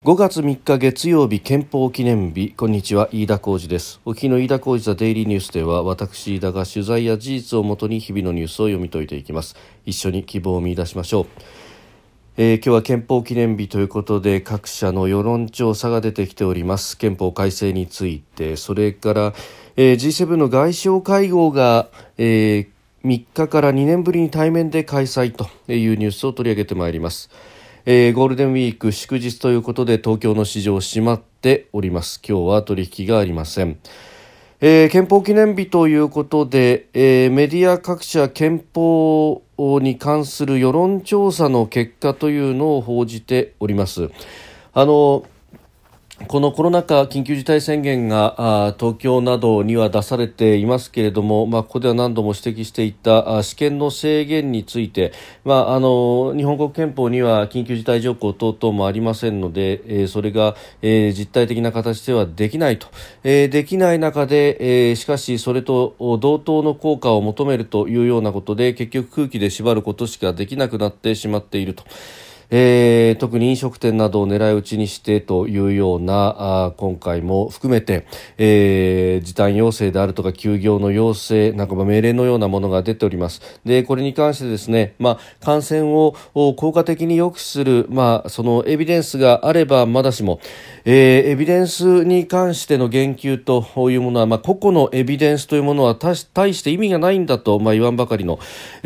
5月3日月曜日、憲法記念日。こんにちは、飯田浩司です。お聞きの飯田浩司ザデイリーニュースでは、私飯田が取材や事実をもとに日々のニュースを読み解いていきます。一緒に希望を見出しましょう。今日は憲法記念日ということで、各社の世論調査が出てきております。憲法改正について、それから、G7 の外相会合が、3日から2年ぶりに対面で開催というニュースを取り上げてまいります。ゴールデンウィーク祝日ということで、東京の市場閉まっております。今日は取引がありません。憲法記念日ということで、メディア各社憲法に関する世論調査の結果というのを報じております。このコロナ禍緊急事態宣言が東京などには出されていますけれども、ここでは何度も指摘していた試験の制限について、日本国憲法には緊急事態条項等々もありませんので、それが、実態的な形ではできないと、できない中で、しかしそれと同等の効果を求めるというようなことで、結局空気で縛ることしかできなくなってしまっていると。特に飲食店などを狙い撃ちにしてというような今回も含めて、時短要請であるとか休業の要請なんか命令のようなものが出ております。でこれに関してですね、感染を効果的に抑止する、そのエビデンスがあればまだしも、エビデンスに関しての言及というものは、個々のエビデンスというものは大して意味がないんだと、言わんばかりの、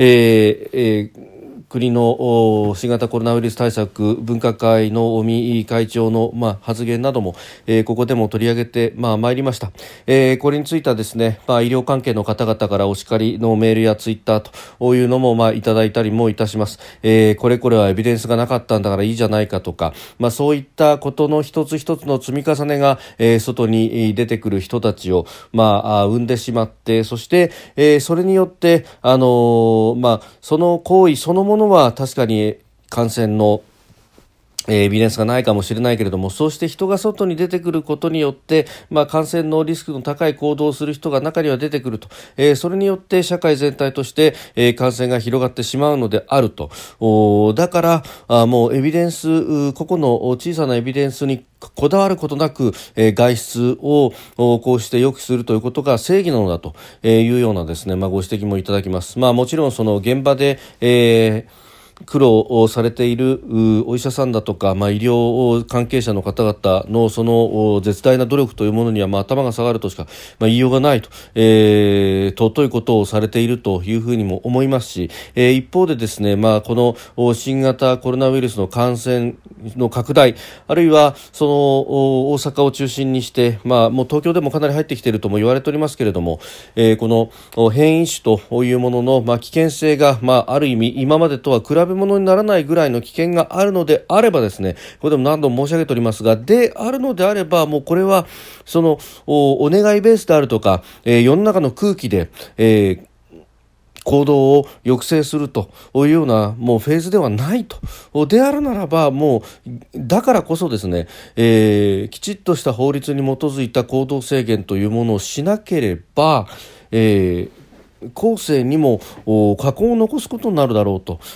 国の新型コロナウイルス対策分科会の尾身会長の、発言なども、ここでも取り上げて参りました。これについてはですね、医療関係の方々からお叱りのメールやツイッターというのもいただいたりもいたします。これはエビデンスがなかったんだからいいじゃないかとか、そういったことの一つ一つの積み重ねが、外に出てくる人たちを、生んでしまって、そして、それによって、その行為そのものは確かに感染のエビデンスがないかもしれないけれども、そうして人が外に出てくることによって、感染のリスクの高い行動をする人が中には出てくると、それによって社会全体として、感染が広がってしまうのであると。だからもうエビデンス、個々の小さなエビデンスにこだわることなく、外出をこうして抑止するということが正義なのだというようなですね、ご指摘もいただきます。もちろんその現場で、苦労されているお医者さんだとか、医療関係者の方々のその絶大な努力というものには、頭が下がるとしか、言いようがないと、尊いことをされているというふうにも思いますし、一方でですね、この新型コロナウイルスの感染の拡大、あるいはその大阪を中心にして、もう東京でもかなり入ってきているとも言われておりますけれども、この変異種というものの、危険性が、ある意味今までとは比べ物にならないぐらいの危険があるのであればですね、これでも何度も申し上げておりますが、であるのであれば、もうこれはそのお願いベースであるとか、世の中の空気で、行動を抑制するというようなもうフェーズではないと。であるならば、もうだからこそですね、きちっとした法律に基づいた行動制限というものをしなければ、後世にも禍根を残すことになるだろうと。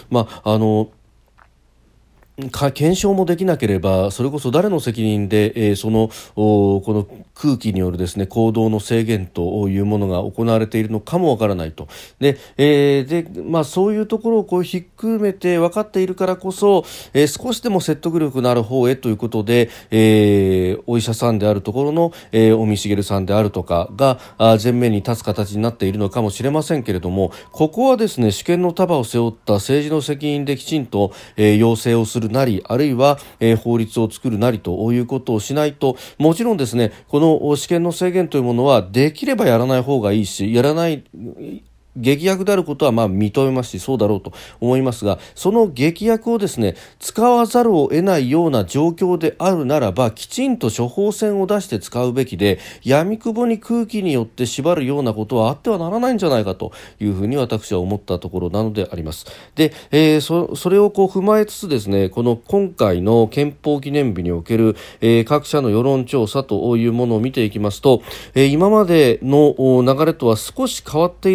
検証もできなければ、それこそ誰の責任で、この空気によるですね、行動の制限というものが行われているのかもわからないと。そういうところをひっくめて分かっているからこそ、少しでも説得力のある方へということで、お医者さんであるところの、尾身茂さんであるとかが前面に立つ形になっているのかもしれませんけれども、ここはですね、主権の束を背負った政治の責任できちんと、要請をするなり、あるいは、法律を作るなりということをしないと、もちろんですね、この私権の制限というものはできればやらない方がいいし、やらない劇薬であることは認めますし、そうだろうと思いますが、その劇薬をですね、使わざるを得ないような状況であるならば、きちんと処方箋を出して使うべきで、闇雲に空気によって縛るようなことはあってはならないんじゃないかというふうに私は思ったところなのであります。で、それを踏まえつつですね、この今回の憲法記念日における、各社の世論調査というものを見ていきますと、今までの流れとは少し変わっているなと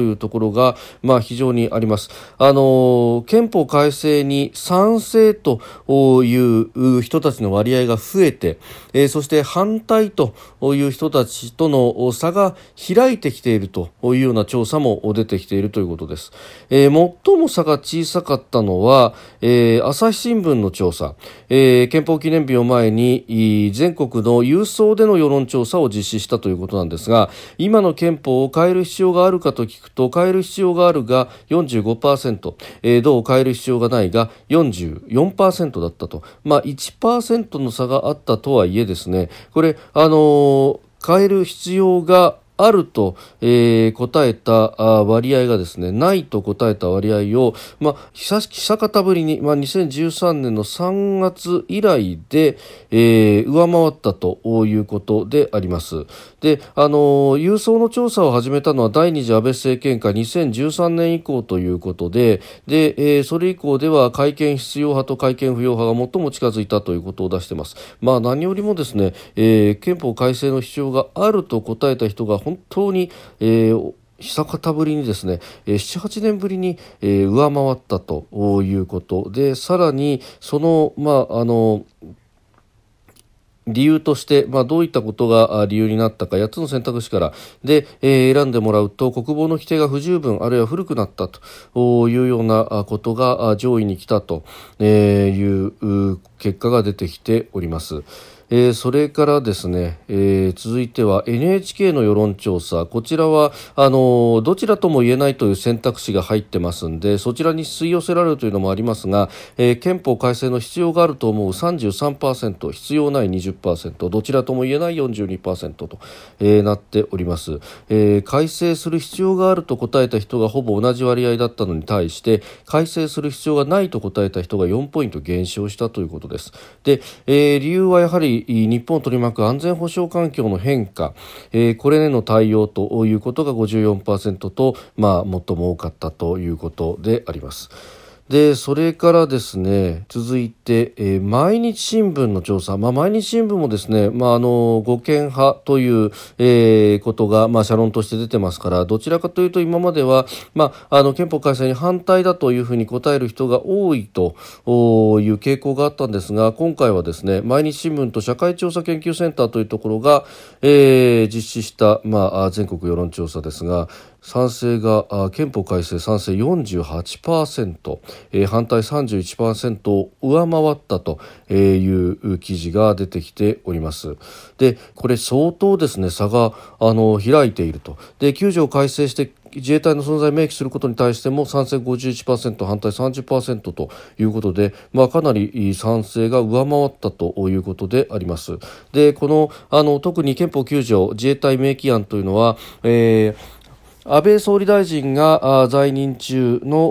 いうところが、非常にあります。憲法改正に賛成という人たちの割合が増えて、そして反対という人たちとの差が開いてきているというような調査も出てきているということです。最も差が小さかったのは、朝日新聞の調査、憲法記念日を前に全国の郵送での世論調査を実施したということなんですが、今の憲法を変える必要があるかと聞くと、変える必要があるが 45%、どう変える必要がないが 44% だったと、1% の差があったとはいえですね、これ変える必要があると、答えた割合がですね、ないと答えた割合を、久方ぶりに、2013年の3月以来で、上回ったということであります。で、郵送の調査を始めたのは第二次安倍政権下2013年以降ということで、それ以降では改憲必要派と改憲不要派が最も近づいたということを出しています。何よりもですね、憲法改正の必要があると答えた人が本当に、久方ぶりにですね、7、8年ぶりに、上回ったということで、さらにその、理由として、どういったことが理由になったか8つの選択肢からで、選んでもらうと、国防の規定が不十分あるいは古くなったというようなことが上位に来たという結果が出てきております。それからですね、続いては NHK の世論調査、こちらはどちらとも言えないという選択肢が入ってますんで、そちらに吸い寄せられるというのもありますが、憲法改正の必要があると思う 33%、必要ない 20%、どちらとも言えない 42% と、なっております。改正する必要があると答えた人がほぼ同じ割合だったのに対して、改正する必要がないと答えた人が4ポイント減少したということです。で、理由はやはり日本を取り巻く安全保障環境の変化、これへの対応ということが 54% と、最も多かったということであります。で、それからですね、続いて、毎日新聞の調査、毎日新聞もですね、護憲派という、ことが、社論として出てますから、どちらかというと今までは、憲法改正に反対だというふうに答える人が多いという傾向があったんですが、今回はですね、毎日新聞と社会調査研究センターというところが、実施した、全国世論調査ですが、賛成が憲法改正賛成 48%、反対 31% を上回ったという記事が出てきております。で、これ相当ですね、差が開いていると。で、9条改正して自衛隊の存在を明記することに対しても賛成 51%、反対 30% ということで、かなり賛成が上回ったということであります。で、この特に憲法9条自衛隊明記案というのは、安倍総理大臣が在任中の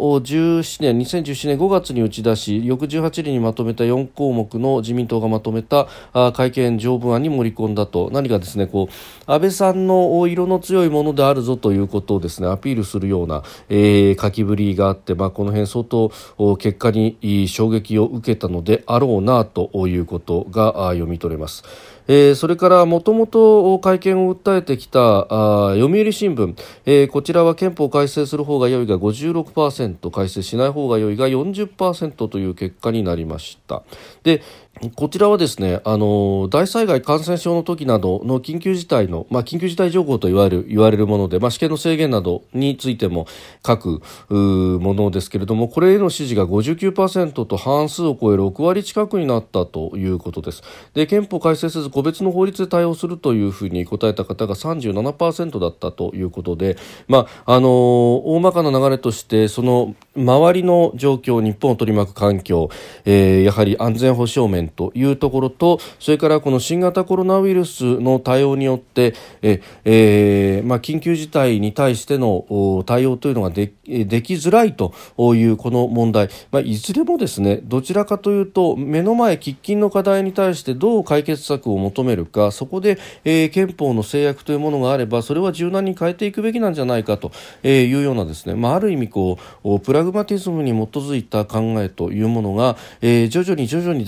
2017年5月に打ち出し、翌18日にまとめた4項目の自民党がまとめた改憲条文案に盛り込んだと、何かですね、安倍さんの色の強いものであるぞということをですね、アピールするような、書きぶりがあって、この辺相当結果に衝撃を受けたのであろうなということが読み取れます。それからもともと改憲を訴えてきた読売新聞、こちらは憲法改正する方が良いが 56%、 改正しない方が良いが 40% という結果になりました。で、こちらはですね、大災害感染症の時などの緊急事態の、緊急事態条項と言われるもので、試験の制限などについても書くものですけれども、これへの支持が 59% と半数を超える6割近くになったということです。で、憲法改正せず個別の法律で対応するというふうに答えた方が 37% だったということで、大まかな流れとしてその周りの状況、日本を取り巻く環境、やはり安全保障面というところと、それからこの新型コロナウイルスの対応によって緊急事態に対しての対応というのができづらいというこの問題、いずれもですね、どちらかというと目の前喫緊の課題に対してどう解決策を求めるか、そこで、憲法の制約というものがあればそれは柔軟に変えていくべきなんじゃないかというようなですね、ある意味プラグマティズムに基づいた考えというものが、徐々にではありま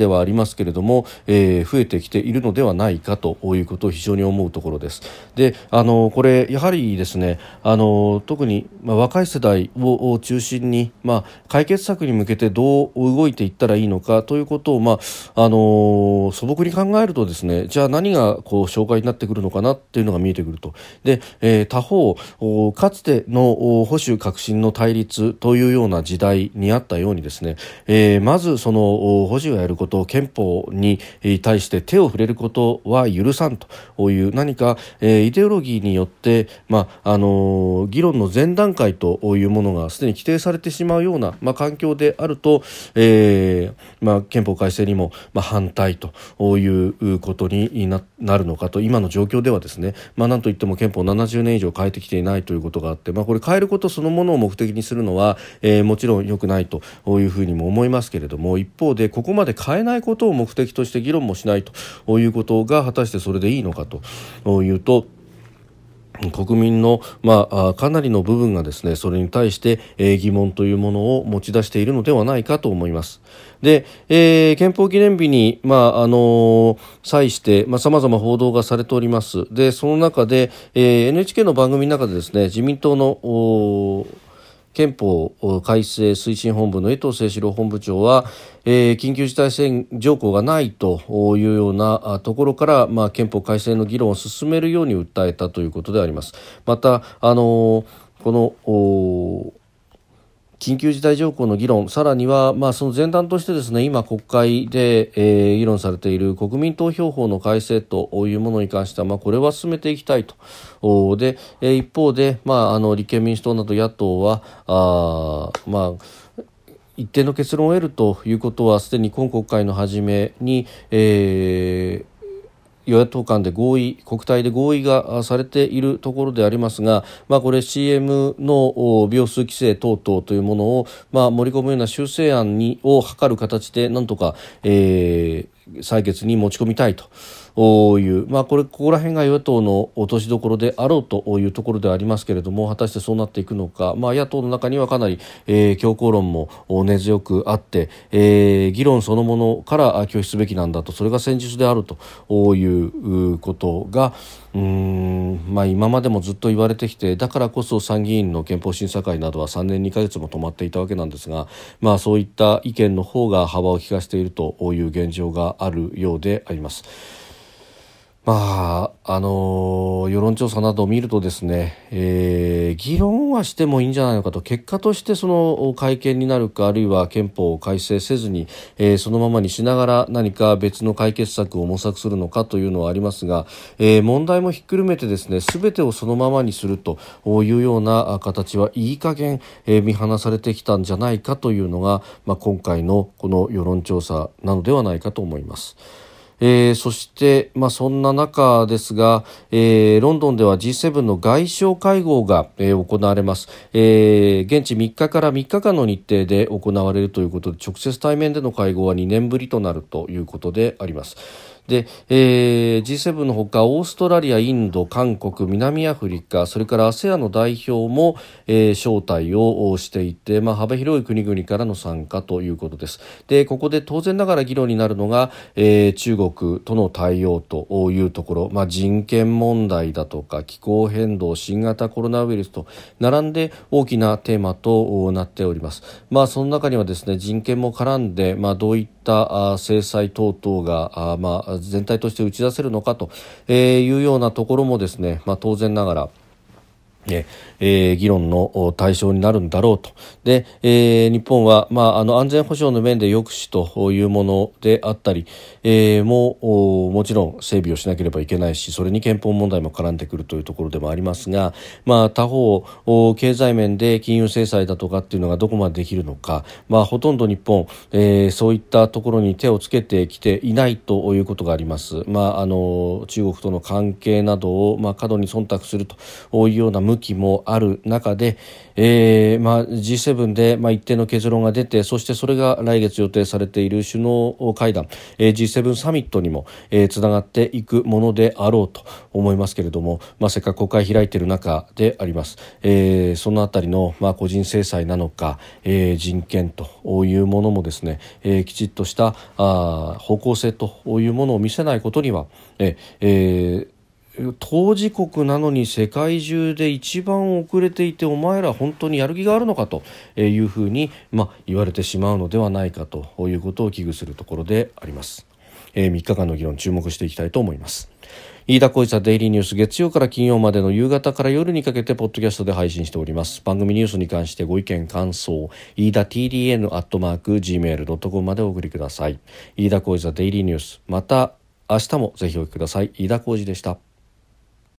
ますけれども、増えてきているのではないかということを非常に思うところです。で、これやはりですね、特に、若い世代を中心に、解決策に向けてどう動いていったらいいのかということを、素朴に考えるとですね、じゃあ何が障害になってくるのかなっていうのが見えてくると。で、他方かつての保守革新の対立というような時代にあったようにですね、まずその保守がやること、憲法に対して手を触れることは許さんという何か、イデオロギーによって、議論の前段階というものがすでに規定されてしまうような、環境であると、憲法改正にも、反対ということになるのかと。今の状況ではですね、なんといっても憲法70年以上変えてきていないということがあって、これ変えることそのものを目的にするのは、もちろん良くないというふうにも思いますけれども、一方でここまで変えないことを目的として議論もしないということが果たしてそれでいいのかというと、国民の、かなりの部分がですね、それに対して、疑問というものを持ち出しているのではないかと思います。で、憲法記念日に、際して、様々報道がされております。で、その中で、NHK の番組の中でですね、自民党の憲法改正推進本部の江藤誠志郎本部長は、緊急事態条項がないというようなところから、憲法改正の議論を進めるように訴えたということであります。また、この緊急事態条項の議論、さらには、その前段としてですね、今国会で、議論されている国民投票法の改正というものに関しては、これは進めていきたいと。で、一方で、立憲民主党など野党は一定の結論を得るということはすでに今国会の初めに、与野党間で国対で合意がされているところでありますが、これ CM の秒数規制等々というものを、盛り込むような修正案を図る形でなんとか、採決に持ち込みたいという、ここら辺が与野党の落としどころであろうというところではありますけれども、果たしてそうなっていくのか。野党の中にはかなり、強硬論も根強くあって、議論そのものから拒否すべきなんだと、それが戦術であるということが今までもずっと言われてきて、だからこそ参議院の憲法審査会などは3年2ヶ月も止まっていたわけなんですが、そういった意見の方が幅を利かしているという現状があるようであります。世論調査などを見るとですね、議論はしてもいいんじゃないのかと、結果としてその改憲になるか、あるいは憲法を改正せずに、そのままにしながら何か別の解決策を模索するのかというのはありますが、問題もひっくるめてですね、全てをそのままにするというような形はいい加減、見放されてきたんじゃないかというのが、今回のこの世論調査なのではないかと思います。そして、そんな中ですが、ロンドンでは G7 の外相会合が、行われます。現地3日から3日間の日程で行われるということで、直接対面での会合は2年ぶりとなるということであります。で、G7 のほかオーストラリア、インド、韓国、南アフリカ、それから ASEAN の代表も、招待をしていて、幅広い国々からの参加ということです。で、ここで当然ながら議論になるのが、中国との対応というところ、人権問題だとか気候変動、新型コロナウイルスと並んで大きなテーマとなっております。その中にはですね、人権も絡んで、どういった制裁等々が全体として打ち出せるのかというようなところもですね、当然ながら議論の対象になるんだろうと。で、日本は、安全保障の面で抑止というものであったり、もちろん整備をしなければいけないし、それに憲法問題も絡んでくるというところでもありますが、他方経済面で金融制裁だとかっていうのがどこまでできるのか、ほとんど日本、そういったところに手をつけてきていないということがあります。中国との関係などを、過度に忖度するというようなム向きもある中で、G7 で、一定の結論が出て、そしてそれが来月予定されている首脳会談、G7 サミットにも、つながっていくものであろうと思いますけれども、せっかく国会開いている中であります。そのあたりの、個人制裁なのか、人権というものもですね、きちっとした方向性というものを見せないことには、当事国なのに世界中で一番遅れていて、お前ら本当にやる気があるのかというふうに、言われてしまうのではないかということを危惧するところであります。3日間の議論注目していきたいと思います。飯田浩司ザデイリーニュース、月曜から金曜までの夕方から夜にかけてポッドキャストで配信しております。番組ニュースに関してご意見感想、飯田 TDN@gmail.com までお送りください。飯田浩司ザデイリーニュース、また明日もぜひお聞きください。飯田浩司でした。